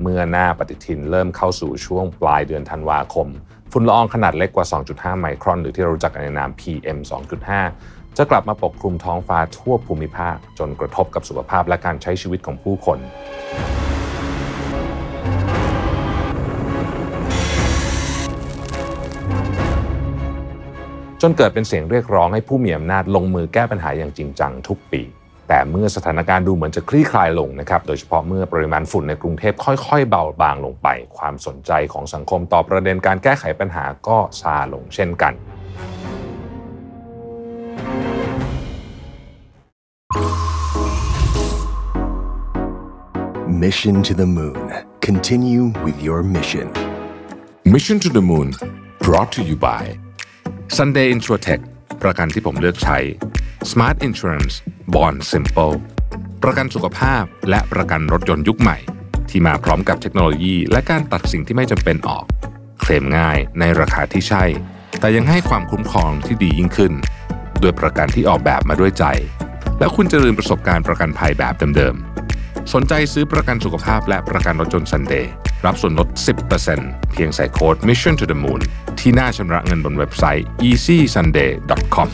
เมื่อหน้าปฏิทินเริ่มเข้าสู่ช่วงปลายเดือนธันวาคมฝุ่นละอองขนาดเล็กกว่า 2.5 ไมครอนหรือที่เรารู้จักกันในนาม PM 2.5 จะกลับมาปกคลุมท้องฟ้าทั่วภูมิภาคจนกระทบกับสุขภาพและการใช้ชีวิตของผู้คนจนเกิดเป็นเสียงเรียกร้องให้ผู้มีอำนาจลงมือแก้ปัญหาอย่างจริงจังทุกปีแต่เมื่อสถานการณ์ดูเหมือนจะคลี่คลายลงนะครับโดยเฉพาะเมื่อปริมาณฝุ่นในกรุงเทพค่อยๆเบาบางลงไปความสนใจของสังคมต่อประเด็นการแก้ไขปัญหาก็ซาลงเช่นกัน Mission to the Moon. Continue with your mission. Mission to the Moon brought to you by Sunday Insurtech ประกันที่ผมเลือกใช้ Smart Insurance Bond Simple ประกันสุขภาพและประกันรถยนต์ยุคใหม่ที่มาพร้อมกับเทคโนโลยีและการตัดสิ่งที่ไม่จำเป็นออกเคลมง่ายในราคาที่ใช่แต่ยังให้ความคุ้มครองที่ดียิ่งขึ้นด้วยประกันที่ออกแบบมาด้วยใจและคุณจะลืมประสบการณ์ประกันภัยแบบเดิมๆสนใจซื้อประกันสุขภาพและประกันรถยนต์ Sunday รับส่วนลด 10% เพียงใส่โค้ด Mission to the Moon ที่หน้าชำระเงินบนเว็บไซต์ easysunday.com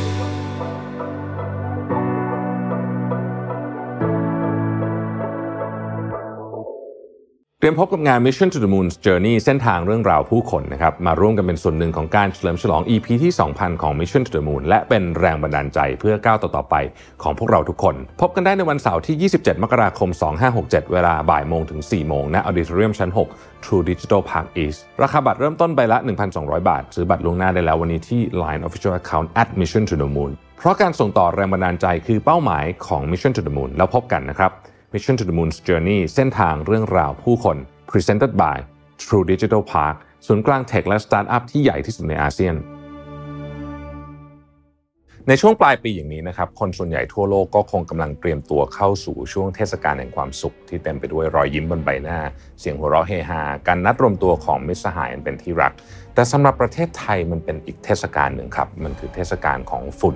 เตรียมพบกับงาน Mission to the Moon's Journey เส้นทางเรื่องราวผู้คนนะครับมาร่วมกันเป็นส่วนหนึ่งของการเฉลิมฉลอง EP ที่ 2,000 ของ Mission to the Moon และเป็นแรงบันดาลใจเพื่อก้าวต่อไปของพวกเราทุกคนพบกันได้ในวันเสาร์ที่ 27 มกราคม 2567 เวลาบ่ายโมงถึง 4 โมงณ Auditorium ชั้น 6 True Digital Park East ราคาบัตรเริ่มต้นใบละ 1,200 บาทซื้อบัตรล่วงหน้าได้แล้ววันนี้ที่ Line Official Account @Mission to the Moon เพราะการส่งต่อแรงบันดาลใจคือเป้าหมายของ Mission to the Moon แล้วพบกันนะครับ Mission to the Moon's Journey เส้นทางเรื่องราวผู้คนPresented by True Digital Park ศูนย์กลางเทคและสตาร์ทอัพที่ใหญ่ที่สุดในอาเซียนในช่วงปลายปีอย่างนี้นะครับคนส่วนใหญ่ทั่วโลกก็คงกำลังเตรียมตัวเข้าสู่ช่วงเทศกาลแห่งความสุขที่เต็มไปด้วยรอยยิ้มบนใบหน้าเสียงหัวเราะเฮฮาการนัดรวมตัวของมิตรสหายอันเป็นที่รักแต่สำหรับประเทศไทยมันเป็นอีกเทศกาลหนึ่งครับมันคือเทศกาลของฝุ่น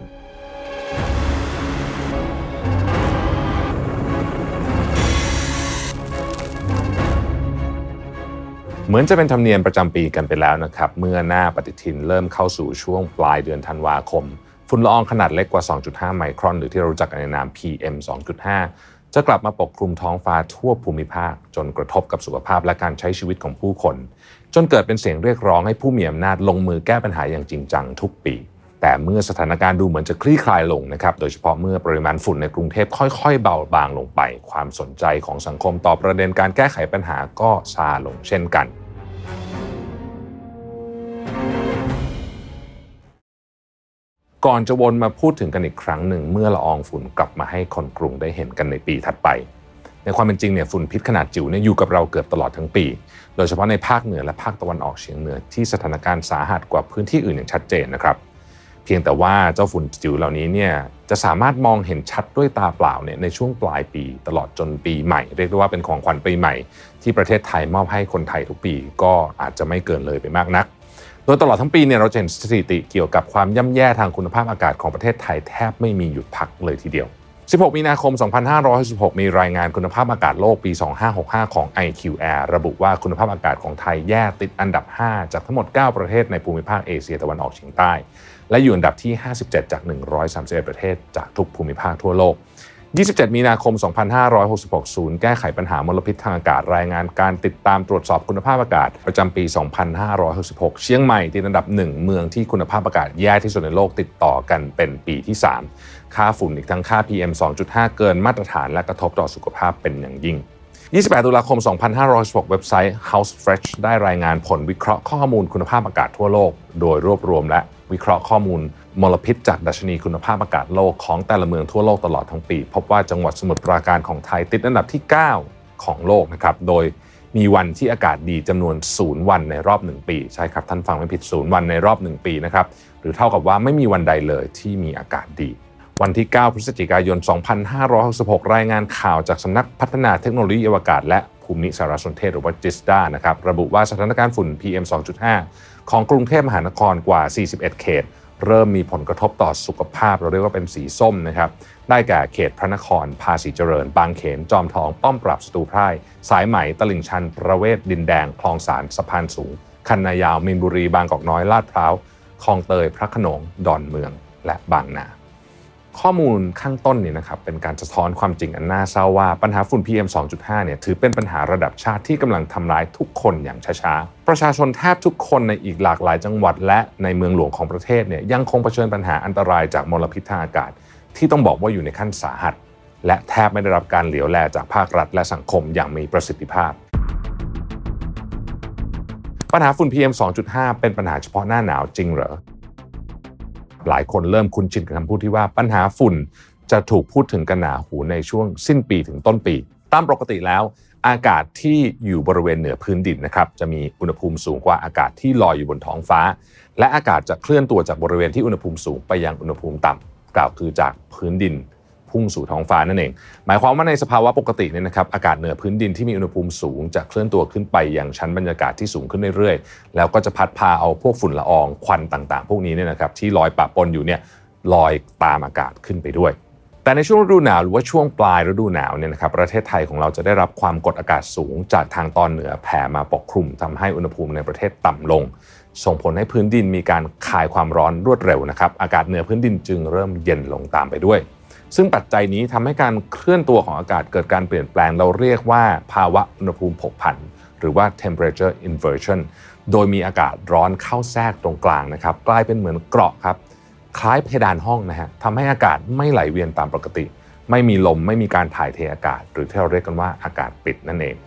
เหมือนจะเป็นธรรมเนียมประจำปีกันไปแล้วนะครับเมื่อหน้าปฏิทินเริ่มเข้าสู่ช่วงปลายเดือนธันวาคมฝุ่นละอองขนาดเล็กกว่า 2.5 ไมครอนหรือที่เรารู้จักกันในนาม PM 2.5 จะกลับมาปกคลุมท้องฟ้าทั่วภูมิภาคจนกระทบกับสุขภาพและการใช้ชีวิตของผู้คนจนเกิดเป็นเสียงเรียกร้องให้ผู้มีอำนาจลงมือแก้ปัญหาอย่างจริงจังทุกปีแต่เมื่อสถานการณ์ดูเหมือนจะคลี่คลายลงนะครับโดยเฉพาะเมื่อปริมาณฝุ่นในกรุงเทพค่อยๆเบาบางลงไปความสนใจของสังคมต่อประเด็นการแก้ไขปัญหาก็ซาลงเช่นกันก่อนจะวนมาพูดถึงกันอีกครั้งหนึ่งเมื่อละอองฝุ่นกลับมาให้คนกรุงได้เห็นกันในปีถัดไปในความเป็นจริงเนี่ยฝุ่นพิษขนาดจิ๋วเนี่ยอยู่กับเราเกือบตลอดทั้งปีโดยเฉพาะในภาคเหนือและภาคตะวันออกเฉียงเหนือที่สถานการณ์สาหัสกว่าพื้นที่อื่นอย่างชัดเจนนะครับเพียงแต่ว่าเจ้าฝุ่นจิ๋วเหล่านี้เนี่ยจะสามารถมองเห็นชัดด้วยตาเปล่าเนี่ยในช่วงปลายปีตลอดจนปีใหม่เรียกได้ว่าเป็นของขวัญปีใหม่ที่ประเทศไทยมอบให้คนไทยทุกปีก็อาจจะไม่เกินเลยไปมากนักโดยตลอดทั้งปีเนี่ยเราเห็นสถิติเกี่ยวกับความย่ำแย่ทางคุณภาพอากาศของประเทศไทยแทบไม่มีหยุดพักเลยทีเดียว16 มีนาคม 2566มีรายงานคุณภาพอากาศโลกปี 2565 ของ IQ Air ระบุว่าคุณภาพอากาศของไทยแย่ติดอันดับ 5 จากทั้งหมด 9 ประเทศในภูมิภาคเอเชียตะวันออกเฉียงใต้และอยู่อันดับที่ 57 จาก 131 ประเทศจากทุกภูมิภาคทั่วโลก27 มีนาคม 2566 ศูนย์แก้ไขปัญหามลพิษทางอากาศรายงานการติดตามตรวจสอบคุณภาพอากาศประจำปี 2566 เชียงใหม่ติดอันดับ 1 เมืองที่คุณภาพอากาศแย่ที่สุดในโลกติดต่อกันเป็นปีที่ 3 ค่าฝุ่นอีกทั้งค่า PM 2.5 เกินมาตรฐานและกระทบต่อสุขภาพเป็นอย่างยิ่ง28 ตุลาคม 2566 เว็บไซต์ House Fresh ได้รายงานผลวิเคราะห์ข้อมูลคุณภาพอากาศทั่วโลกโดยรวบรวมและวิเคราะห์ข้อมูลมลพิษจากดัชนีคุณภาพอากาศโลกของแต่ละเมืองทั่วโลกตลอดทั้งปีพบว่าจังหวัดสมุทรปราการของไทยติดอันดับที่ 9 ของโลกนะครับโดยมีวันที่อากาศดีจำนวน0วันในรอบ1ปีใช่ครับท่านฟังไม่ผิด0วันในรอบ1ปีนะครับหรือเท่ากับว่าไม่มีวันใดเลยที่มีอากาศดีวันที่ 9 พฤศจิกายน 2566 รายงานข่าวจากสำนักพัฒนาเทคโนโลยีอวกาศและภูมิสารสนเทศหรือว่า JISDA นะครับระบุว่าสถานการณ์ฝุ่น PM 2.5 ของกรุงเทพมหานครกว่า 41 เขตเริ่มมีผลกระทบต่อสุขภาพเราเรียกว่าเป็นสีส้มนะครับได้แก่เขตพระนครภาษีเจริญบางเขนจอมทองป้อมปราบศัตรูพ่ายสายไหมตลิ่งชันประเวศดินแดงคลองสานสะพานสูงคันนายาวมีนบุรีบางกอกน้อยลาดพร้าวคลองเตยพระโขนงดอนเมืองและบางนาข้อมูลข้างต้นนี่นะครับเป็นการสะท้อนความจริงอันน่าเศร้าว่าปัญหาฝุ่น PM 2.5 เนี่ยถือเป็นปัญหาระดับชาติที่กำลังทำร้ายทุกคนอย่างช้าๆประชาชนแทบทุกคนในอีกหลากหลายจังหวัดและในเมืองหลวงของประเทศเนี่ยยังคงเผชิญปัญหาอันตรายจากมลพิษทางอากาศที่ต้องบอกว่าอยู่ในขั้นสาหัสและแทบไม่ได้รับการเหลียวแลจากภาครัฐและสังคมอย่างมีประสิทธิภาพปัญหาฝุ่น PM 2.5 เป็นปัญหาเฉพาะหน้าหนาวจริงเหรอหลายคนเริ่มคุ้นชินกับคำพูดที่ว่าปัญหาฝุ่นจะถูกพูดถึงกันหนาหูในช่วงสิ้นปีถึงต้นปีตามปกติแล้วอากาศที่อยู่บริเวณเหนือพื้นดินนะครับจะมีอุณหภูมิสูงกว่าอากาศที่ลอยอยู่บนท้องฟ้าและอากาศจะเคลื่อนตัวจากบริเวณที่อุณหภูมิสูงไปยังอุณหภูมิต่ำกล่าวคือจากพื้นดินพุ่งสู่ท้องฟ้านั่นเองหมายความว่าในสภาวะปกติเนี่ยนะครับอากาศเหนือพื้นดินที่มีอุณหภูมิสูงจะเคลื่อนตัวขึ้นไปยังชั้นบรรยากาศที่สูงขึ้นเรื่อยๆแล้วก็จะพัดพาเอาพวกฝุ่นละอองควันต่างๆพวกนี้เนี่ยนะครับที่ลอยปะปนอยู่เนี่ยลอยตามอากาศขึ้นไปด้วยแต่ในช่วงฤดูหนาวหรือว่าช่วงปลายฤดูหนาวเนี่ยนะครับประเทศไทยของเราจะได้รับความกดอากาศสูงจากทางตอนเหนือแผ่มาปกคลุมทำให้อุณหภูมิในประเทศต่ำลงส่งผลให้พื้นดินมีการคายความร้อนรวดเร็วนะครับอากาศเหนือพื้นดินจึงเริ่มเย็นลงตามไปด้วยซึ่งปัจจัยนี้ทำให้การเคลื่อนตัวของอากาศเกิดการเปลี่ยนแปลงเราเรียกว่าภาวะอุณหภูมิผกผันหรือว่า temperature inversion โดยมีอากาศร้อนเข้าแทรกตรงกลางนะครับกลายเป็นเหมือนเกราะครับคล้ายเพดานห้องนะฮะทำให้อากาศไม่ไหลเวียนตามปกติไม่มีลมไม่มีการถ่ายเทอากาศหรือที่เราเรียกกันว่าอากาศปิดนั่นเอง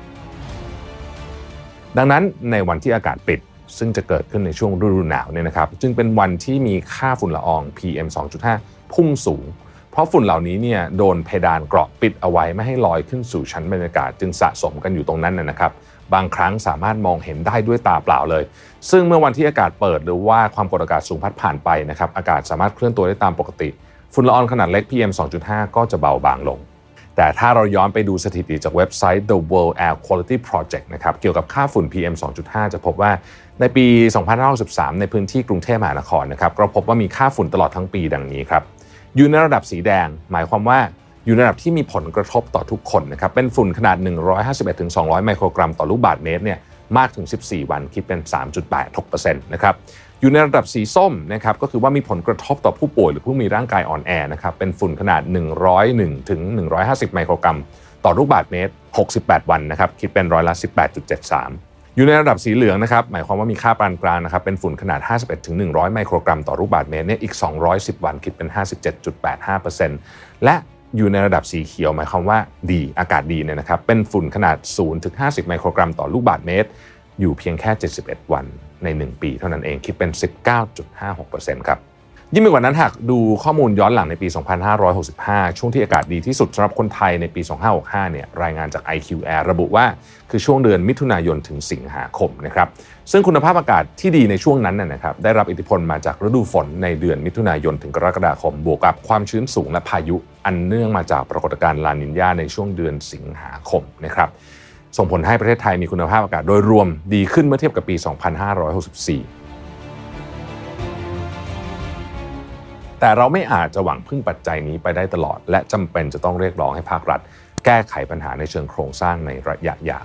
ดังนั้นในวันที่อากาศปิดซึ่งจะเกิดขึ้นในช่วงฤดูหนาวเนี่ยนะครับจึงเป็นวันที่มีค่าฝุ่นละออง PM 2.5 พุ่งสูงเพราะฝุ่นเหล่านี้เนี่ยโดนเพดานเกราะปิดเอาไว้ไม่ให้ลอยขึ้นสู่ชั้นบรรยากาศจึงสะสมกันอยู่ตรงนั้นนะครับบางครั้งสามารถมองเห็นได้ด้วยตาเปล่าเลยซึ่งเมื่อวันที่อากาศเปิดหรือว่าความกดอากาศสูงพัดผ่านไปนะครับอากาศสามารถเคลื่อนตัวได้ตามปกติฝุ่นละอองขนาดเล็ก PM 2.5 ก็จะเบาบางลงแต่ถ้าเราย้อนไปดูสถิติจากเว็บไซต์ The World Air Quality Project นะครับเกี่ยวกับค่าฝุ่น PM 2.5 จะพบว่าในปี 2563 ในพื้นที่กรุงเทพมหานครนะครับก็พบว่ามีค่าฝุ่นตลอดทั้งปีดังนี้ครับอยู่ในระดับสีแดงหมายความว่าอยู่ในระดับที่มีผลกระทบต่อทุกคนนะครับเป็นฝุ่นขนาด 151-200 ไมโครกรัมต่อลูกบาศก์เมตรเนี่ยมากถึง 14 วันคิดเป็น 3.86% นะครับอยู่ในระดับสีส้มนะครับก็คือว่ามีผลกระทบต่อผู้ป่วยหรือผู้มีร่างกายอ่อนแอนะครับเป็นฝุ่นขนาด 101-150 ไมโครกรัมต่อลูกบาศก์เมตร 68 วันนะครับคิดเป็นร้อยละ 18.73 อยู่ในระดับสีเหลืองนะครับหมายความว่ามีค่าปานกลางนะครับเป็นฝุ่นขนาด 51-100 ไมโครกรัมต่อลูกบาศก์เมตรเนี่ยอีก 210 วันคิดเป็น 57.85% และอยู่ในระดับสีเขียวหมายความว่าดีอากาศดีเนี่ยนะครับเป็นฝุ่นขนาด 0-50 ไมโครกรัมต่อลูกบาศก์เมตรอยู่เพียงแค่ 71 วันใน1ปีเท่านั้นเองคิดเป็น 19.56% ครับยิ่งไปกว่านั้นหากดูข้อมูลย้อนหลังในปี 2565 ช่วงที่อากาศดีที่สุดสำหรับคนไทยในปี 2565 เนี่ยรายงานจาก IQ Air ระบุว่าคือช่วงเดือนมิถุนายนถึงสิงหาคมนะครับซึ่งคุณภาพอากาศที่ดีในช่วงนั้นนะครับได้รับอิทธิพลมาจากฤดูฝนในเดือนมิถุนายนถึงกรกฎาคมบวกกับความชื้นสูงและพายุอันเนื่องมาจากปรากฏการณ์ลานิญญาในช่วงเดือนสิงหาคมนะครับส่งผลให้ประเทศไทยมีคุณภาพอากาศโดยรวมดีขึ้นเมื่อเทียบกับปี 2564 แต่เราไม่อาจจะหวังพึ่งปัจจัยนี้ไปได้ตลอดและจำเป็นจะต้องเรียกร้องให้ภาครัฐแก้ไขปัญหาในเชิงโครงสร้างในระยะยาว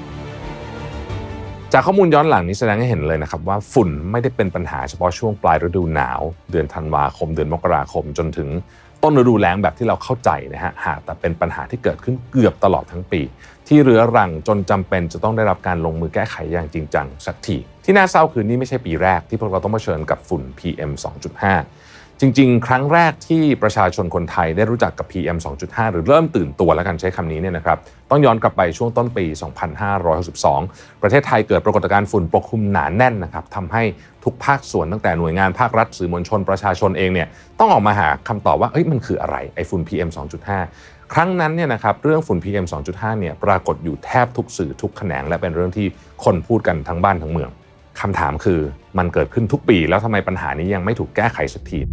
จากข้อมูลย้อนหลังนี้แสดงให้เห็นเลยนะครับว่าฝุ่นไม่ได้เป็นปัญหาเฉพาะช่วงปลายฤดูหนาวเดือนธันวาคมเดือนมกราคมจนถึงต้นฤดูแล้งแบบที่เราเข้าใจนะฮะหากแต่เป็นปัญหาที่เกิดขึ้นเกือบตลอดทั้งปีที่เรื้อรังจนจำเป็นจะต้องได้รับการลงมือแก้ไขอย่างจริงจังสักทีที่น่าเศร้าคือนี่ไม่ใช่ปีแรกที่พวกเราต้องเผชิญกับฝุ่น PM 2.5 จริงๆครั้งแรกที่ประชาชนคนไทยได้รู้จักกับ PM 2.5 หรือเริ่มตื่นตัวแล้วกันใช้คำนี้เนี่ยนะครับต้องย้อนกลับไปช่วงต้นปี 2562 ประเทศไทยเกิดปรากฏการณ์ฝุ่นปกคลุมหนาแน่นนะครับทำให้ทุกภาคส่วนตั้งแต่หน่วยงานภาครัฐสื่อมวลชนประชาชนเองเนี่ยต้องออกมาหาคำตอบว่ามันคืออะไรไอ้ฝุ่น PM 2.5 ครั้งนั้นเนี่ยนะครับเรื่องฝุ่น PM 2.5 เนี่ยปรากฏอยู่แทบทุกสื่อทุกแขนงและเป็นเรื่องที่คนพูดกันทั้งบ้านทั้งเมืองคำถามคือมันเกิดขึ้นทุกปีแล้วทำไมปัญหานี้ยังไม่ถูกแก้ไขสักที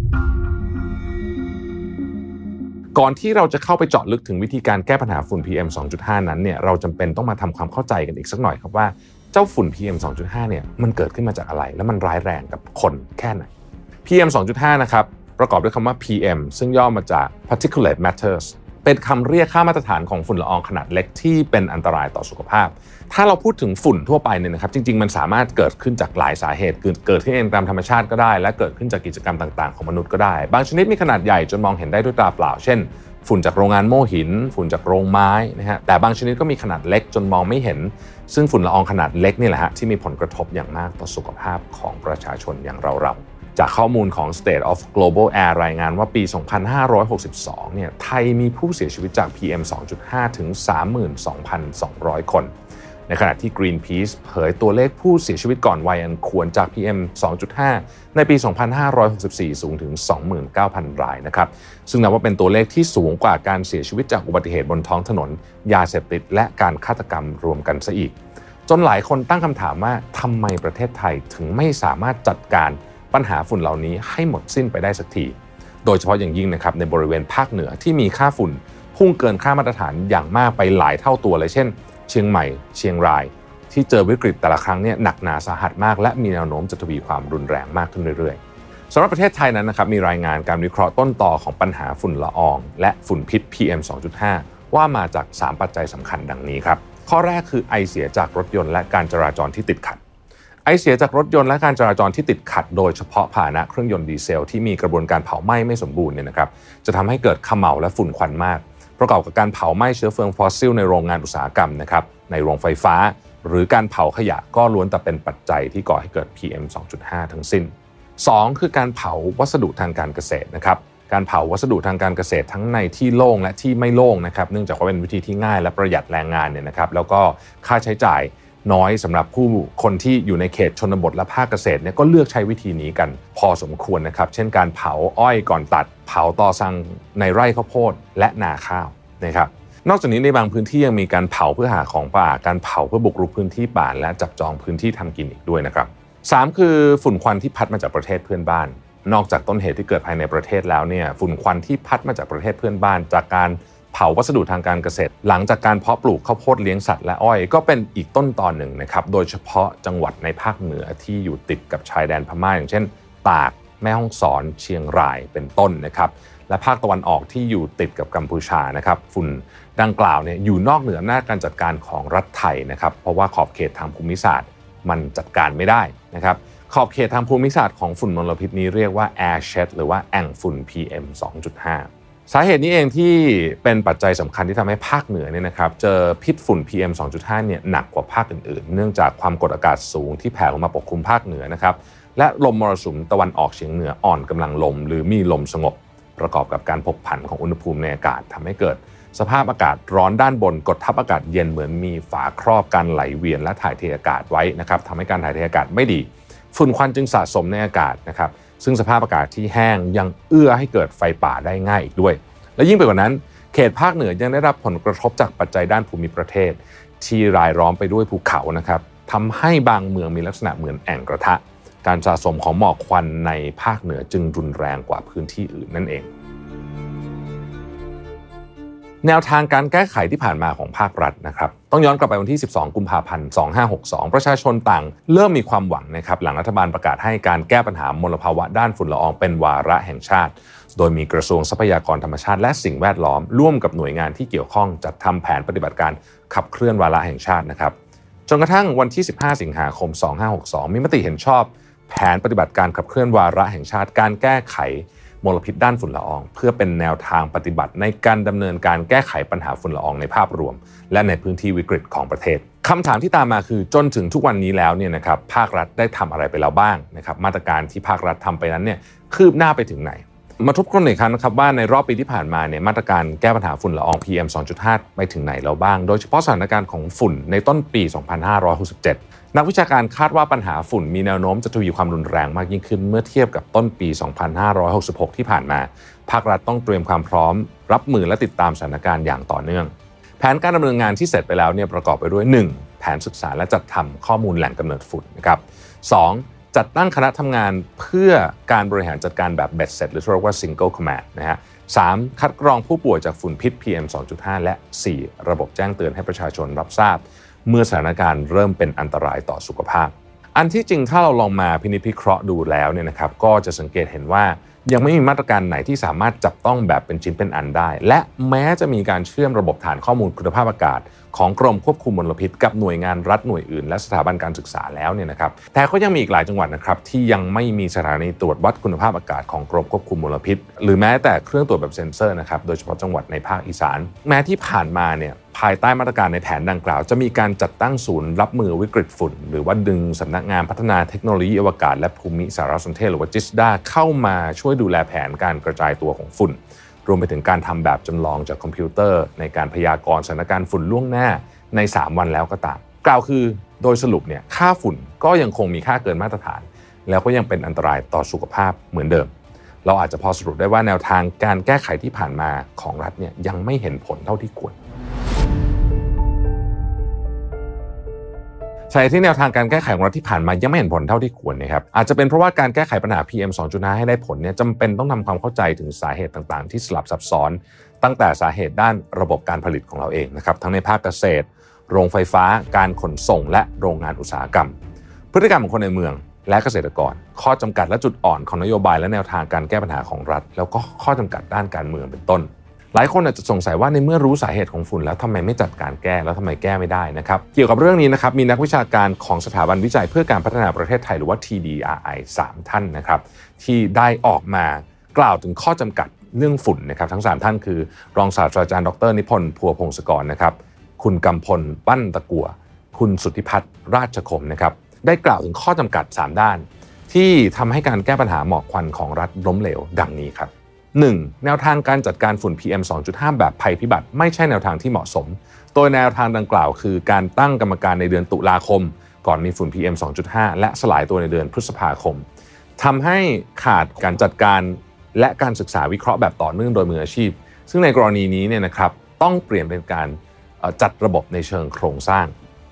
ก่อนที่เราจะเข้าไปเจาะลึกถึงวิธีการแก้ปัญหาฝุ่น PM 2.5 นั้นเนี่ยเราจำเป็นต้องมาทำความเข้าใจกันอีกสักหน่อยครับว่าเจ้าฝุ่น PM 2.5 เนี่ยมันเกิดขึ้นมาจากอะไรและมันร้ายแรงกับคนแค่ไหน PM 2.5 นะครับประกอบด้วยคำว่า PM ซึ่งย่อมาจาก particulate matters เป็นคำเรียกค่ามาตรฐานของฝุ่นละอองขนาดเล็กที่เป็นอันตรายต่อสุขภาพถ้าเราพูดถึงฝุ่นทั่วไปเนี่ยนะครับจริงๆมันสามารถเกิดขึ้นจากหลายสาเหตุเกิดขึ้นเองตามธรรมชาติก็ได้และเกิดขึ้นจากกิจกรรมต่างๆของมนุษย์ก็ได้บางชนิดมีขนาดใหญ่จนมองเห็นได้ด้วยตาเปล่าเช่นฝุ่นจากโรงงานโม่หินฝุ่นจากโรงไม้นะฮะแต่บางชนิดก็มีขนาดเล็กจนมองไม่เห็นซึ่งฝุ่นละอองขนาดเล็กนี่แหละฮะที่มีผลกระทบอย่างมากต่อสุขภาพของประชาชนอย่างเราจากข้อมูลของ State of Global Air รายงานว่าปี 2562 เนี่ยไทยมีผู้เสียชีวิตจาก PM 2.5 ถึง 32,200 คนในขณะที่ Greenpeace เผยตัวเลขผู้เสียชีวิตก่อนวัยอันควรจาก PM 2.5 ในปี 2564 สูงถึง 29,000 รายนะครับซึ่งนับว่าเป็นตัวเลขที่สูงกว่าการเสียชีวิตจากอุบัติเหตุบนท้องถนนยาเสพติดและการฆาตกรรมรวมกันซะอีกจนหลายคนตั้งคำถามว่าทำไมประเทศไทยถึงไม่สามารถจัดการปัญหาฝุ่นเหล่านี้ให้หมดสิ้นไปได้สักทีโดยเฉพาะอย่างยิ่งนะครับในบริเวณภาคเหนือที่มีค่าฝุ่นพุ่งเกินค่ามาตรฐานอย่างมากไปหลายเท่าตัวเลยเช่นเชียงใหม่เชียงรายที่เจอวิกฤตแต่ละครั้งเนี่ยหนักหนาสาหัสมากและมีแนวโน้มจะทวีความรุนแรงมากขึ้นเรื่อยๆสำหรับประเทศไทยนั้นนะครับมีรายงานการวิเคราะห์ต้นตอของปัญหาฝุ่นละอองและฝุ่นพิษ PM 2.5 ว่ามาจาก3ปัจจัยสำคัญดังนี้ครับข้อแรกคือไอเสียจากรถยนต์และการจราจรที่ติดขัดไอเสียจากรถยนต์และการจราจรที่ติดขัดโดยเฉพาะพาหนะเครื่องยนต์ดีเซลที่มีกระบวนการเผาไหม้ไม่สมบูรณ์เนี่ยนะครับจะทำให้เกิดเขม่าและฝุ่นควันมากประกอบกับการเผาไหม้เชื้อเพลิงฟอสซิลในโรงงานอุตสาหกรรมนะครับในโรงไฟฟ้าหรือการเผาขยะก็ล้วนแต่เป็นปัจจัยที่ก่อให้เกิด PM 2.5 ทั้งสิ้น2คือการเผาวัสดุทางการเกษตรนะครับการเผาวัสดุทางการเกษตรทั้งในที่โล่งและที่ไม่โล่งนะครับเนื่องจากว่าเป็นวิธีที่ง่ายและประหยัดแรงงานเนี่ยนะครับแล้วก็ค่าใช้จ่ายน้อยสำหรับผู้คนที่อยู่ในเขตชนบทและภาคเกษตรเนี่ยก็เลือกใช้วิธีนี้กันพอสมควรนะครับเช่นการเผาอ้อยก่อนตัดเผาตอซังในไร่ข้าวโพดและนาข้าวนะครับนอกจากนี้ในบางพื้นที่ยังมีการเผาเพื่อหาของป่าการเผาเพื่อบุกรุกพื้นที่ป่าและจับจองพื้นที่ทำกินอีกด้วยนะครับ3คือฝุ่นควันที่พัดมาจากประเทศเพื่อนบ้านนอกจากต้นเหตุที่เกิดภายในประเทศแล้วเนี่ยฝุ่นควันที่พัดมาจากประเทศเพื่อนบ้านจากการเผาวัสดุทางการเกษตรหลังจากการเพาะปลูกข้าวโพดเลี้ยงสัตว์และอ้อยก็เป็นอีกต้นตอนหนึ่งนะครับโดยเฉพาะจังหวัดในภาคเหนือที่อยู่ติดกับชายแดนพม่าอย่างเช่นตากแม่ฮ่องสอนเชียงรายเป็นต้นนะครับและภาคตะวันออกที่อยู่ติดกับกัมพูชานะครับฝุ่นดังกล่าวเนี่ยอยู่นอกเหนืออำนาจการจัดการของรัฐไทยนะครับเพราะว่าขอบเขตทางภูมิศาสตร์มันจัดการไม่ได้นะครับขอบเขตทางภูมิศาสตร์ของฝุ่นมลพิษนี้เรียกว่า air shed หรือว่าแอ่งฝุ่น PM 2.5 สาเหตุนี้เองที่เป็นปัจจัยสำคัญที่ทำให้ภาคเหนือเนี่ยนะครับเจอพิษฝุ่น PM 2.5 เนี่ยหนักกว่าภาคอื่นๆเนื่องจากความกดอากาศสูงที่แผ่ลงมาปกคลุมภาคเหนือนะครับและลมมรสุมตะวันออกเฉียงเหนืออ่อนกำลังลมหรือมีลมสงบประกอบกับการผกผันของอุณหภูมิในอากาศทำให้เกิดสภาพอากาศร้อนด้านบนกดทับอากาศเย็นเหมือนมีฝาครอบการไหลเวียนและถ่ายเทอากาศไว้นะครับทำให้การถ่ายเทอากาศไม่ดีฝุ่นควันจึงสะสมในอากาศนะครับซึ่งสภาพอากาศที่แห้งยังเอื้อให้เกิดไฟป่าได้ง่ายอีกด้วยและยิ่งไปกว่านั้นเขตภาคเหนือยังได้รับผลกระทบจากปัจจัยด้านภูมิประเทศที่รายล้อมไปด้วยภูเขานะครับทำให้บางเมืองมีลักษณะเหมือนแอ่งกระทะการสะสมของหมอกควันในภาคเหนือจึงรุนแรงกว่าพื้นที่อื่นนั่นเองแนวทางการแก้ไขที่ผ่านมาของภาครัฐนะครับต้องย้อนกลับไปวันที่12กุมภาพันธ์2562ประชาชนต่างเริ่มมีความหวังนะครับหลังรัฐบาลประกาศให้การแก้ปัญหามลภาวะด้านฝุ่นละอองเป็นวาระแห่งชาติโดยมีกระทรวงทรัพยากรธรรมชาติและสิ่งแวดล้อมร่วมกับหน่วยงานที่เกี่ยวข้องจัดทำแผนปฏิบัติการขับเคลื่อนวาระแห่งชาตินะครับจนกระทั่งวันที่15สิงหาคม2562มีมติเห็นชอบแผนปฏิบัติการขับเคลื่อนวาระแห่งชาติการแก้ไขมลพิษด้านฝุ่นละอองเพื่อเป็นแนวทางปฏิบัติในการดำเนินการแก้ไขปัญหาฝุ่นละอองในภาพรวมและในพื้นที่วิกฤตของประเทศคำถามที่ตามมาคือจนถึงทุกวันนี้แล้วเนี่ยนะครับภาครัฐได้ทำอะไรไปแล้วบ้างนะครับมาตรการที่ภาครัฐทำไปนั้นเนี่ยคืบหน้าไปถึงไหนมาทบทวนอีกครั้งนะครับว่าในรอบปีที่ผ่านมาเนี่ยมาตรการแก้ปัญหาฝุ่นละออง PM 2.5 ไปถึงไหนแล้วบ้างโดยเฉพาะสถานการณ์ของฝุ่นในต้นปี2567นักวิชาการคาดว่าปัญหาฝุ่นมีแนวโน้มจะทวีความรุนแรงมากยิ่งขึ้นเมื่อเทียบกับต้นปี2566ที่ผ่านมาภาครัฐต้องเตรียมความพร้อมรับมือและติดตามสถานการณ์อย่างต่อเนื่องแผนการดำเนินงานที่เสร็จไปแล้วเนี่ยประกอบไปด้วย 1. แผนศึกษาและจัดทำข้อมูลแหล่งกำเนิดฝุ่นนะครับ 2. จัดตั้งคณะทำงานเพื่อการบริหารจัดการแบบเบ็ดเสร็จหรือเรียกว่า Single Command นะฮะ 3. คัดกรองผู้ป่วยจากฝุ่นพิษ PM 2.5 และ 4. ระบบแจ้งเตือนให้ประชาชนรับทราบเมื่อสถานการณ์เริ่มเป็นอันตรายต่อสุขภาพอันที่จริงถ้าเราลองมาพินิจพิเคราะห์ดูแล้วเนี่ยนะครับก็จะสังเกตเห็นว่ายังไม่มีมาตรการไหนที่สามารถจับต้องแบบเป็นชิ้นเป็นอันได้และแม้จะมีการเชื่อมระบบฐานข้อมูลคุณภาพอากาศของกรมควบคุมมลพิษกับหน่วยงานรัฐหน่วยอื่นและสถาบันการศึกษาแล้วเนี่ยนะครับแต่ก็ยังมีอีกหลายจังหวัดนะครับที่ยังไม่มีสถานีตรวจวัดคุณภาพอากาศของกรมควบคุมมลพิษหรือแม้แต่เครื่องตรวจแบบเซ็นเซอร์นะครับโดยเฉพาะจังหวัดในภาคอีสานแม้ที่ผ่านมาเนี่ยภายใต้มาตรการในแผนดังกล่าวจะมีการจัดตั้งศูนย์รับมือวิกฤตฝุ่นหรือว่าดึงสำนักงานพัฒนาเทคโนโลยีอวกาศและภูมิสารสนเทศหรือว่าจิสดาเข้ามาช่วยดูแลแผนการกระจายตัวของฝุ่นรวมไปถึงการทำแบบจำลองจากคอมพิวเตอร์ในการพยากรณ์สถานการณ์ฝุ่นล่วงหน้าใน3วันแล้วก็ตามกล่าวคือโดยสรุปเนี่ยค่าฝุ่นก็ยังคงมีค่าเกินมาตรฐานแล้วก็ยังเป็นอันตรายต่อสุขภาพเหมือนเดิมเราอาจจะพอสรุปได้ว่าแนวทางการแก้ไขที่ผ่านมาของรัฐเนี่ยยังไม่เห็นผลเท่าที่ควรสาเหตุที่แนวทางการแก้ไขของรัฐที่ผ่านมายังไม่เห็นผลเท่าที่ควรนะครับอาจจะเป็นเพราะว่าการแก้ไขปัญหา PM 2.5 ให้ได้ผลเนี่ยจำเป็นต้องทำความเข้าใจถึงสาเหตุต่างๆที่สลับซับซ้อนตั้งแต่สาเหตุด้านระบบการผลิตของเราเองนะครับทั้งในภาคเกษตรโรงไฟฟ้าการขนส่งและโรงงานอุตสาหกรรมพฤติกรรมของคนในเมืองและเกษตรกรข้อจำกัดและจุดอ่อนของนโยบายและแนวทางการแก้ปัญหาของรัฐแล้วก็ข้อจำกัดด้านการเมืองเป็นต้นหลายคนอาจจะสงสัยว่าในเมื่อรู้สาเหตุของฝุ่นแล้วทำไมไม่จัดการแก้แล้วทำไมแก้ไม่ได้นะครับเกี่ยวกับเรื่องนี้นะครับมีนักวิชาการของสถาบันวิจัยเพื่อการพัฒนาประเทศไทยหรือว่า TDRI 3 ท่านนะครับที่ได้ออกมากล่าวถึงข้อจำกัดเรื่องฝุ่นนะครับทั้ง3ท่านคือรองศาสตราจารย์ดร.นิพนธ์พัวพงศกรนะครับคุณกำพลปั้นตะกั่วคุณสุทธิพัฒน์ราชคมนะครับได้กล่าวถึงข้อจำกัด3ด้านที่ทำให้การแก้ปัญหาหมอกควันของรัฐล้มเหลวดังนี้ครับ 1. แนวทางการจัดการฝุ่น PM 2.5 แบบภัยพิบัติไม่ใช่แนวทางที่เหมาะสมโดยแนวทางดังกล่าวคือการตั้งกรรมการในเดือนตุลาคมก่อนมีฝุ่น PM 2.5 และสลายตัวในเดือนพฤษภาคมทำให้ขาดการจัดการและการศึกษาวิเคราะห์แบบต่อเนื่องโดยมืออาชีพซึ่งในกรณีนี้เนี่ยนะครับต้องเปลี่ยนเป็นการจัดระบบในเชิงโครงสร้าง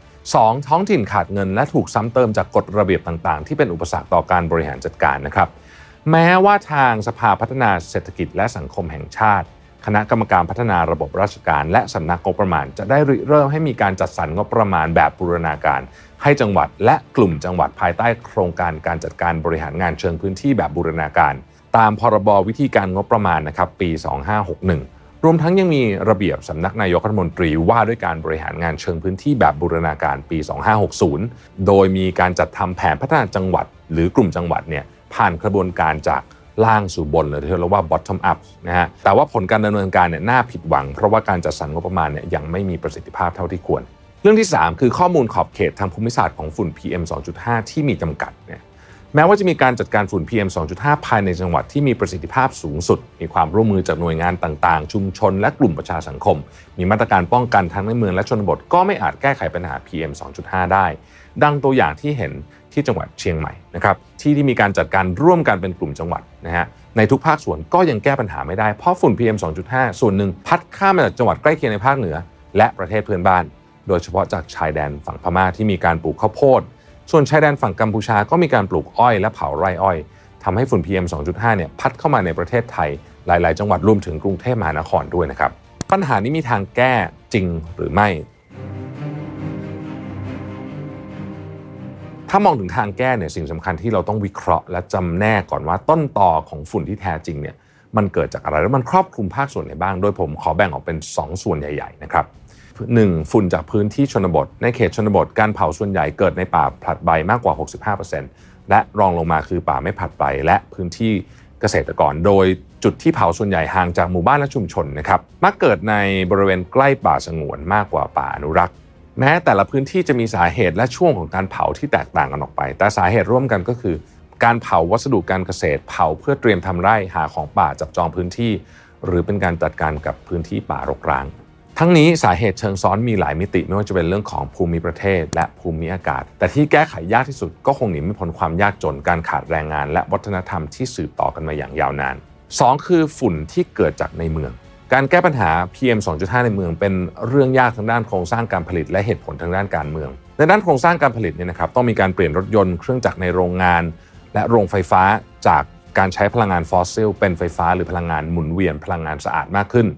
2. ท้องถิ่นขาดเงินและถูกซ้ำเติมจากกฎระเบียบต่างๆที่เป็นอุปสรรคต่อการบริหารจัดการนะครับแม้ว่าทางสภาพัฒนาเศรษฐกิจและสังคมแห่งชาติคณะกรรมการพัฒนาระบบราชการและสำนักงบประมาณจะได้เริ่มให้มีการจัดสรรงบประมาณแบบบูรณาการให้จังหวัดและกลุ่มจังหวัดภายใต้โครงการการจัดการบริหารงานเชิงพื้นที่แบบบูรณาการตามพรบวิธีการงบประมาณนะครับปี 2561รวมทั้งยังมีระเบียบสำนักนายกรัฐมนตรีว่าด้วยการบริหารงานเชิงพื้นที่แบบบูรณาการปี 2560โดยมีการจัดทำแผนพัฒนาจังหวัดหรือกลุ่มจังหวัดเนี่ยผ่านกระบวนการจากล่างสู่บนหรือที่เรียกว่า bottom up นะฮะแต่ว่าผลการดำเนินการเนี่ยน่าผิดหวังเพราะว่าการจัดสรรงบประมาณเนี่ยยังไม่มีประสิทธิภาพเท่าที่ควรเรื่องที่3คือข้อมูลขอบเขตทางภูมิศาสตร์ของฝุ่น PM 2.5 ที่มีจำกัดเนี่ยแม้ว่าจะมีการจัดการฝุ่น PM 2.5 ภายในจังหวัดที่มีประสิทธิภาพสูงสุดมีความร่วมมือจากหน่วยงานต่างๆชุมชนและกลุ่มประชาสังคมมีมาตรการป้องกันทั้งในเมืองและชนบทก็ไม่อาจแก้ไขปัญหา PM 2.5 ได้ดังตัวอย่างที่เห็นที่จังหวัดเชียงใหม่นะครับที่มีการจัดการร่วมกันเป็นกลุ่มจังหวัดนะฮะในทุกภาคส่วนก็ยังแก้ปัญหาไม่ได้เพราะฝุ่น PM 2.5 ส่วนหนึ่งพัดข้ามมาจากจังหวัดใกล้เคียงในภาคเหนือและประเทศเพื่อนบ้านโดยเฉพาะจากชายแดนฝั่งพม่าที่มีการปลูกข้าวโพดส่วนชายแดนฝั่งกัมพูชาก็มีการปลูกอ้อยและเผาไร่อ้อยทำให้ฝุ่น PM 2.5 เนี่ยพัดเข้ามาในประเทศไทยหลายๆจังหวัดรวมถึงกรุงเทพมหานครด้วยนะครับปัญหานี้มีทางแก้จริงหรือไม่ถ้ามองถึงทางแก้เนี่ยสิ่งสำคัญที่เราต้องวิเคราะห์และจำแนกก่อนว่าต้นตอของฝุ่นที่แท้จริงเนี่ยมันเกิดจากอะไรและมันครอบคลุมภาคส่วนไหนบ้างโดยผมขอแบ่งออกเป็น2ส่วนใหญ่ๆนะครับ 1. ฝุ่นจากพื้นที่ชนบทในเขตชนบทการเผาส่วนใหญ่เกิดในป่าผลัดใบมากกว่า 65% และรองลงมาคือป่าไม่ผลัดใบและพื้นที่เกษตรกรโดยจุดที่เผาส่วนใหญ่ห่างจากหมู่บ้านและชุมชนนะครับมักเกิดในบริเวณใกล้ป่าสงวนมากกว่าป่าอนุรักษ์แม้แต่ละพื้นที่จะมีสาเหตุและช่วงของการเผาที่แตกต่างกันออกไปแต่สาเหตุร่วมกันก็คือการเผาวัสดุการเกษตรเผาเพื่อเตรียมทำไร่หาของป่าจับจองพื้นที่หรือเป็นการจัดการกับพื้นที่ป่ารกร้างทั้งนี้สาเหตุเชิงซ้อนมีหลายมิติไม่ว่าจะเป็นเรื่องของภูมิประเทศและภูมิอากาศแต่ที่แก้ไขยากที่สุดก็คงหนีไม่พ้นความยากจนการขาดแรงงานและวัฒนธรรมที่สืบต่อกันมาอย่างยาวนาน 2. คือฝุ่นที่เกิดจากในเมืองการแก้ปัญหา PM 2.5 ในเมืองเป็นเรื่องยากทางด้านโครงสร้างการผลิตและเหตุผลทางด้านการเมืองในด้านโครงสร้างการผลิตเนี่ยนะครับต้องมีการเปลี่ยนรถยนต์เครื่องจักรในโรงงานและโรงไฟฟ้าจากการใช้พลังงานฟอสซิลเป็นไฟฟ้าหรือพลังงานหมุนเวียนพลังงานสะอาดมากขึ้น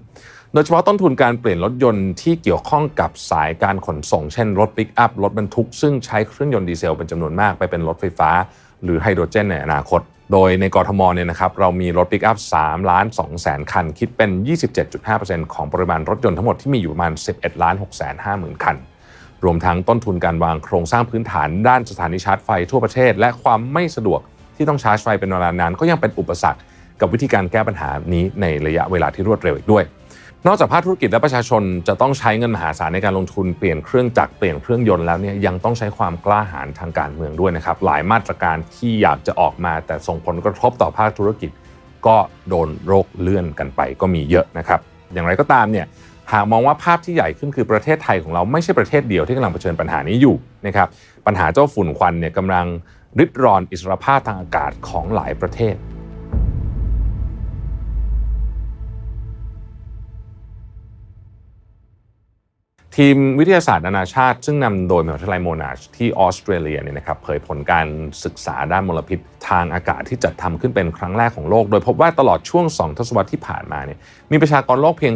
โดยเฉพาะต้นทุนการเปลี่ยนรถยนต์ที่เกี่ยวข้องกับสายการขนส่งเช่นรถปิกอัพรถบรรทุกซึ่งใช้เครื่องยนต์ดีเซลเป็นจำนวนมากไปเป็นรถไฟฟ้าหรือไฮโดรเจนในอนาคตโดยในกทมเนี่ยนะครับเรามีรถปิกอัพ 3,200,000 คันคิดเป็น 27.5% ของปริมาณรถยนต์ทั้งหมดที่มีอยู่ประมาณ 11,650,000 คันรวมทั้งต้นทุนการวางโครงสร้างพื้นฐานด้านสถานีชาร์จไฟทั่วประเทศและความไม่สะดวกที่ต้องชาร์จไฟเป็นเวลานานก็ยังเป็นอุปสรรคกับวิธีการแก้ปัญหานี้ในระยะเวลาที่รวดเร็วอีกด้วยนอกจากภาคธุรกิจและประชาชนจะต้องใช้เงินมหาศาลในการลงทุนเปลี่ยนเครื่องจักรเปลี่ยนเครื่องยนต์แล้วเนี่ยยังต้องใช้ความกล้าหาญทางการเมืองด้วยนะครับหลายมาตรการที่อยากจะออกมาแต่ส่งผลกระทบต่อภาคธุรกิจก็โดนโรคเลื่อนกันไปก็มีเยอะนะครับอย่างไรก็ตามเนี่ยหากมองว่าภาพที่ใหญ่ขึ้นคือประเทศไทยของเราไม่ใช่ประเทศเดียวที่กำลังเผชิญปัญหานี้อยู่นะครับปัญหาเจ้าฝุ่นควันเนี่ยกำลังริดรอนอิสรภาพทางอากาศของหลายประเทศทีมวิทยาศาสตร์นานาชาติซึ่งนำโดยมหาวิทยาลัยโมนาชที่ออสเตรเลียเนี่ยนะครับเผยผลการศึกษาด้านมลพิษทางอากาศที่จัดทำขึ้นเป็นครั้งแรกของโลกโดยพบว่าตลอดช่วง2ทศวรรษที่ผ่านมาเนี่ยมีประชากรโลกเพียง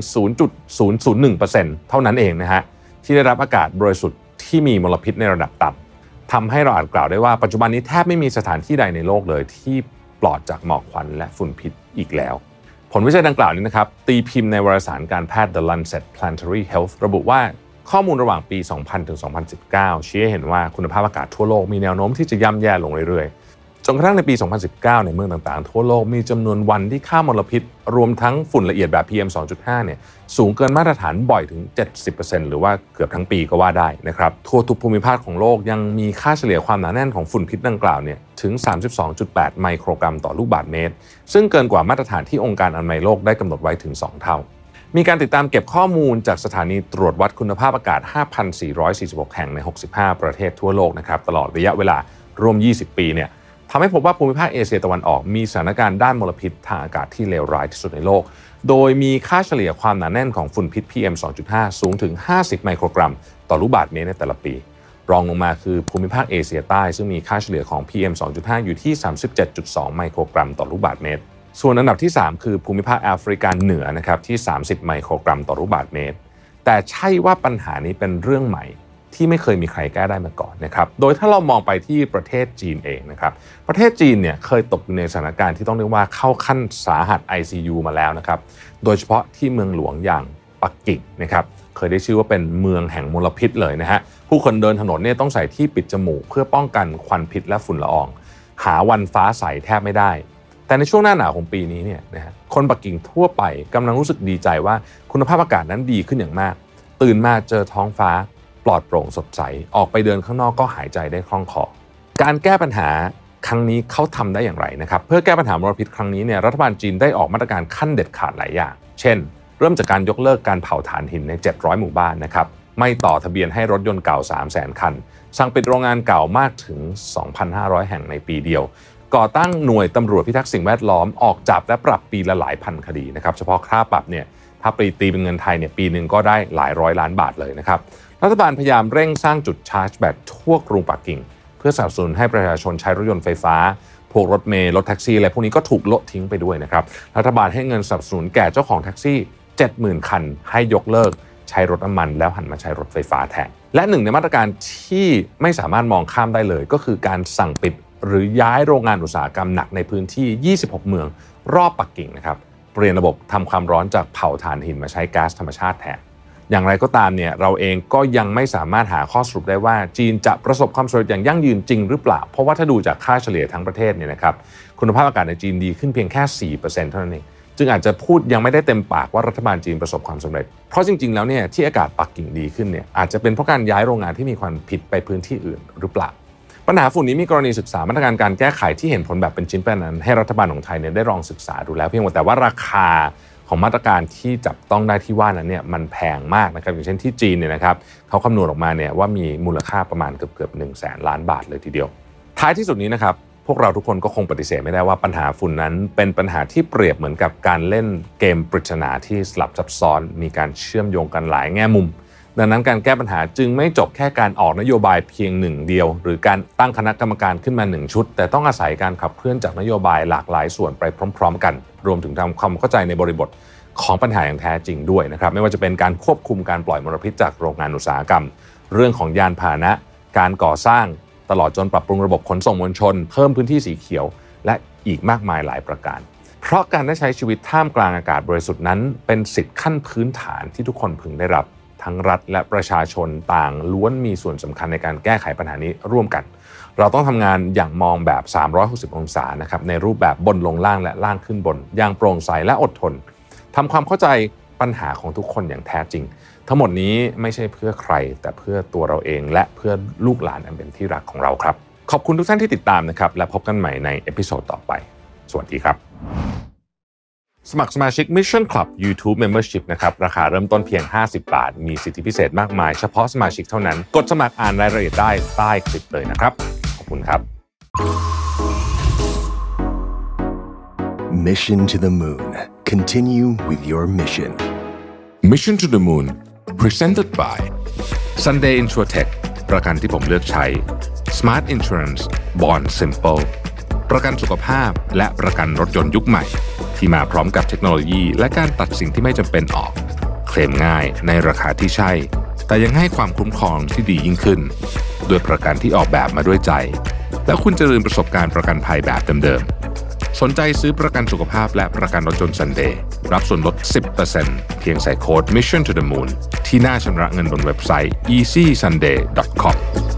0.001% เท่านั้นเองนะฮะที่ได้รับอากาศบริสุทธิ์ที่มีมลพิษในระดับต่ำทำให้เราอาจกล่าวได้ว่าปัจจุบันนี้แทบไม่มีสถานที่ใดในโลกเลยที่ปลอดจากหมอกควันและฝุ่นพิษอีกแล้วผลวิจัยดังกล่าวนี้นะครับตีพิมพ์ในวารสารการแพทย์ The Lancet Planetary Health ระบุว่าข้อมูลระหว่างปี 2000 ถึง 2019 ชี้ให้เห็นว่าคุณภาพอากาศทั่วโลกมีแนวโน้มที่จะย่ำแย่ลงเรื่อยๆจนกระทั่งในปี 2019 ในเมืองต่างๆทั่วโลกมีจำนวนวันที่ค่ามลพิษรวมทั้งฝุ่นละเอียดแบบ PM 2.5 เนี่ยสูงเกินมาตรฐานบ่อยถึง 70% หรือว่าเกือบทั้งปีก็ว่าได้นะครับทั่วทุกภูมิภาคของโลกยังมีค่าเฉลี่ยความหนาแน่นของฝุ่นพิษดังกล่าวเนี่ยถึง 32.8 ไมโครกรัมต่อลูกบาศก์เมตรซึ่งเกินกว่ามาตรฐานที่องค์การอนามัยโลกได้กำหนดไว้ถึง 2 เท่ามีการติดตามเก็บข้อมูลจากสถานีตรวจวัดคุณภาพอากาศ 5,446 แห่งใน 65 ประเทศทั่วโลกนะครับตลอดระยะเวลารวม 20 ปีเนี่ยทำให้พบว่าภูมิภาคเอเชียตะวันออกมีสถานการณ์ด้านมลพิษทางอากาศที่เลวร้ายที่สุดในโลกโดยมีค่าเฉลี่ยความหนาแน่นของฝุ่นพิษ PM 2.5 สูงถึง 50 ไมโครกรัมต่อลูกบาศก์เมตรในแต่ละปีรองลงมาคือภูมิภาคเอเชียใต้ซึ่งมีค่าเฉลี่ยของ PM 2.5 อยู่ที่ 37.2 ไมโครกรัมต่อลูกบาศก์เมตรส่วนอันดับที่3คือภูมิภาคแอฟริกาเหนือนะครับที่30ไมโครกรัมต่อลูกบาศก์เมตรแต่ใช่ว่าปัญหานี้เป็นเรื่องใหม่ที่ไม่เคยมีใครแก้ได้มาก่อนนะครับโดยถ้าเรามองไปที่ประเทศจีนเองนะครับประเทศจีนเนี่ยเคยตกอยู่ในสถานการณ์ที่ต้องเรียกว่าเข้าขั้นสาหัส ICU มาแล้วนะครับโดยเฉพาะที่เมืองหลวงอย่างปักกิ่งนะครับเคยได้ชื่อว่าเป็นเมืองแห่งมลพิษเลยนะฮะผู้คนเดินถนนเนี่ยต้องใส่ที่ปิดจมูกเพื่อป้องกันควันพิษและฝุ่นละอองหาวันฟ้าใสแทบไม่ได้แต่ในช่วงหน้าหนาวของปีนี้เนี่ยนะฮะคนปักกิ่งทั่วไปกำลังรู้สึกดีใจว่าคุณภาพอากาศนั้นดีขึ้นอย่างมากตื่นมาเจอท้องฟ้าปลอดโปร่งสดใสออกไปเดินข้างนอกก็หายใจได้คล่องคอการแก้ปัญหาครั้งนี้เขาทำได้อย่างไรนะครับเพื่อแก้ปัญหามลพิษครั้งนี้เนี่ยรัฐบาลจีนได้ออกมาตรการขั้นเด็ดขาดหลายอย่างเช่นเริ่มจากการยกเลิกการเผาถ่านหินใน700หมู่บ้านนะครับไม่ต่อทะเบียนให้รถยนต์เก่า 300,000 คันสั่งปิดโรงงานเก่ามากถึง 2,500 แห่งในปีเดียวก่อตั้งหน่วยตำรวจพิทักษ์สิ่งแวดล้อมออกจับและปรับปีละหลายพันคดีนะครับเฉพาะค่าปรับเนี่ยถ้าตีเป็นเงินไทยเนี่ยปีนึงก็ได้หลายร้อยล้านบาทเลยนะครับรัฐบาลพยายามเร่งสร้างจุดชาร์จแบตทั่วกรุงปักกิ่งเพื่อสนับสนุนให้ประชาชนใช้รถยนต์ไฟฟ้าพวกรถเมล์รถแท็กซี่อะไรพวกนี้ก็ถูกละทิ้งไปด้วยนะครับรัฐบาลให้เงินสนับสนุนแก่เจ้าของแท็กซี่ 70,000 คันให้ยกเลิกใช้รถน้ำมันแล้วหันมาใช้รถไฟฟ้าแทนและหนึ่งในมาตรการที่ไม่สามารถมองข้ามได้เลยก็คือการสั่งปิดหรือย้ายโรงงานอุตสาหกรรมหนักในพื้นที่26เมืองรอบปักกิ่งนะครับเปลี่ยนระบบทำความร้อนจากเผาถ่านหินมาใช้ก๊าซธรรมชาติแทนอย่างไรก็ตามเนี่ยเราเองก็ยังไม่สามารถหาข้อสรุปได้ว่าจีนจะประสบความสำเร็จอย่างยั่งยืนจริงหรือเปล่าเพราะว่าถ้าดูจากค่าเฉลี่ยทั้งประเทศเนี่ยนะครับคุณภาพอากาศในจีนดีขึ้นเพียงแค่ 4% เท่านั้นเองจึงอาจจะพูดยังไม่ได้เต็มปากว่ารัฐบาลจีนประสบความสำเร็จเพราะจริงๆแล้วเนี่ยที่อากาศปักกิ่งดีขึ้นเนี่ยอาจจะเป็นเพราะการย้ายโรงงานที่มีควันพิษไปพื้นที่อื่นหรือเปล่าปัญหาฝุ่นนี้มีกรณีศึกษามาตรการการแก้ไขที่เห็นผลแบบเป็นชิ้นเป็นอันให้รัฐบาลของไทยเนี่ยได้ลองศึกษาดูแล้วเพียงแต่ว่าราคาของมาตรการที่จับต้องได้ที่ว่านั้นเนี่ยมันแพงมากนะครับอย่างเช่นที่จีนเนี่ยนะครับเขาคำนวณออกมาเนี่ยว่ามีมูลค่าประมาณเกือบ100,000 ล้านบาทเลยทีเดียวท้ายที่สุดนี้นะครับพวกเราทุกคนก็คงปฏิเสธไม่ได้ว่าปัญหาฝุ่นนั้นเป็นปัญหาที่เปรียบเหมือนกับการเล่นเกมปริศนาที่สลับซับซ้อนมีการเชื่อมโยงกันหลายแง่มุมดังนั้นการแก้ปัญหาจึงไม่จบแค่การออกนโยบายเพียงหนึ่งเดียวหรือการตั้งคณะกรรมการขึ้นมา1ชุดแต่ต้องอาศัยการขับเคลื่อนจากนโยบายหลากหลายส่วนไปพร้อมๆกันรวมถึงทำความเข้าใจในบริบทของปัญหาอย่างแท้จริงด้วยนะครับไม่ว่าจะเป็นการควบคุมการปล่อยมลพิษจากโรงงานอุตสาหกรรมเรื่องของยานพาหนะการก่อสร้างตลอดจนปรับปรุงระบบขนส่งมวลชนเพิ่มพื้นที่สีเขียวและอีกมากมายหลายประการเพราะการได้ใช้ชีวิตท่ามกลางอากาศบริสุทธิ์นั้นเป็นสิทธิขั้นพื้นฐานที่ทุกคนพึงได้รับทั้งรัฐและประชาชนต่างล้วนมีส่วนสำคัญในการแก้ไขปัญหานี้ร่วมกันเราต้องทำงานอย่างมองแบบ360องศานะครับในรูปแบบบนลงล่างและล่างขึ้นบนอย่างโปร่งใสและอดทนทำความเข้าใจปัญหาของทุกคนอย่างแท้จริงทั้งหมดนี้ไม่ใช่เพื่อใครแต่เพื่อตัวเราเองและเพื่อลูกหลานอันเป็นที่รักของเราครับขอบคุณทุกท่านที่ติดตามนะครับและพบกันใหม่ในเอพิโซดต่อไปสวัสดีครับสมัครสมาชิก Mission Club YouTube Membership นะครับราคาเริ่มต้นเพียง50 บาทมีสิทธิพิเศษมากมายเฉพาะสมาชิกเท่านั้นกดสมัครอ่านรายละเอียดได้ใต้คลิปเลยนะครับขอบคุณครับ Mission to the Moon. Continue with your mission. Mission to the Moon Presented by Sunday Insurtech ประกันที่ผมเลือกใช้ Smart Insurance Bond Simple ประกันสุขภาพและประกันรถยนต์ยุคใหม่ที่มาพร้อมกับเทคโนโลยีและการตัดสิ่งที่ไม่จำเป็นออกเคลมง่ายในราคาที่ใช่แต่ยังให้ความคุ้มครองที่ดียิ่งขึ้นด้วยประกันที่ออกแบบมาด้วยใจแล้วคุณจะลืมประสบการณ์ประกันภัยแบบเดิมๆสนใจซื้อประกันสุขภาพและประกันรถยนต์ Sunday รับส่วนลด 10% เพียงใส่โค้ด Mission to the Moon ที่หน้าชำระเงินบนเว็บไซต์ easysunday.com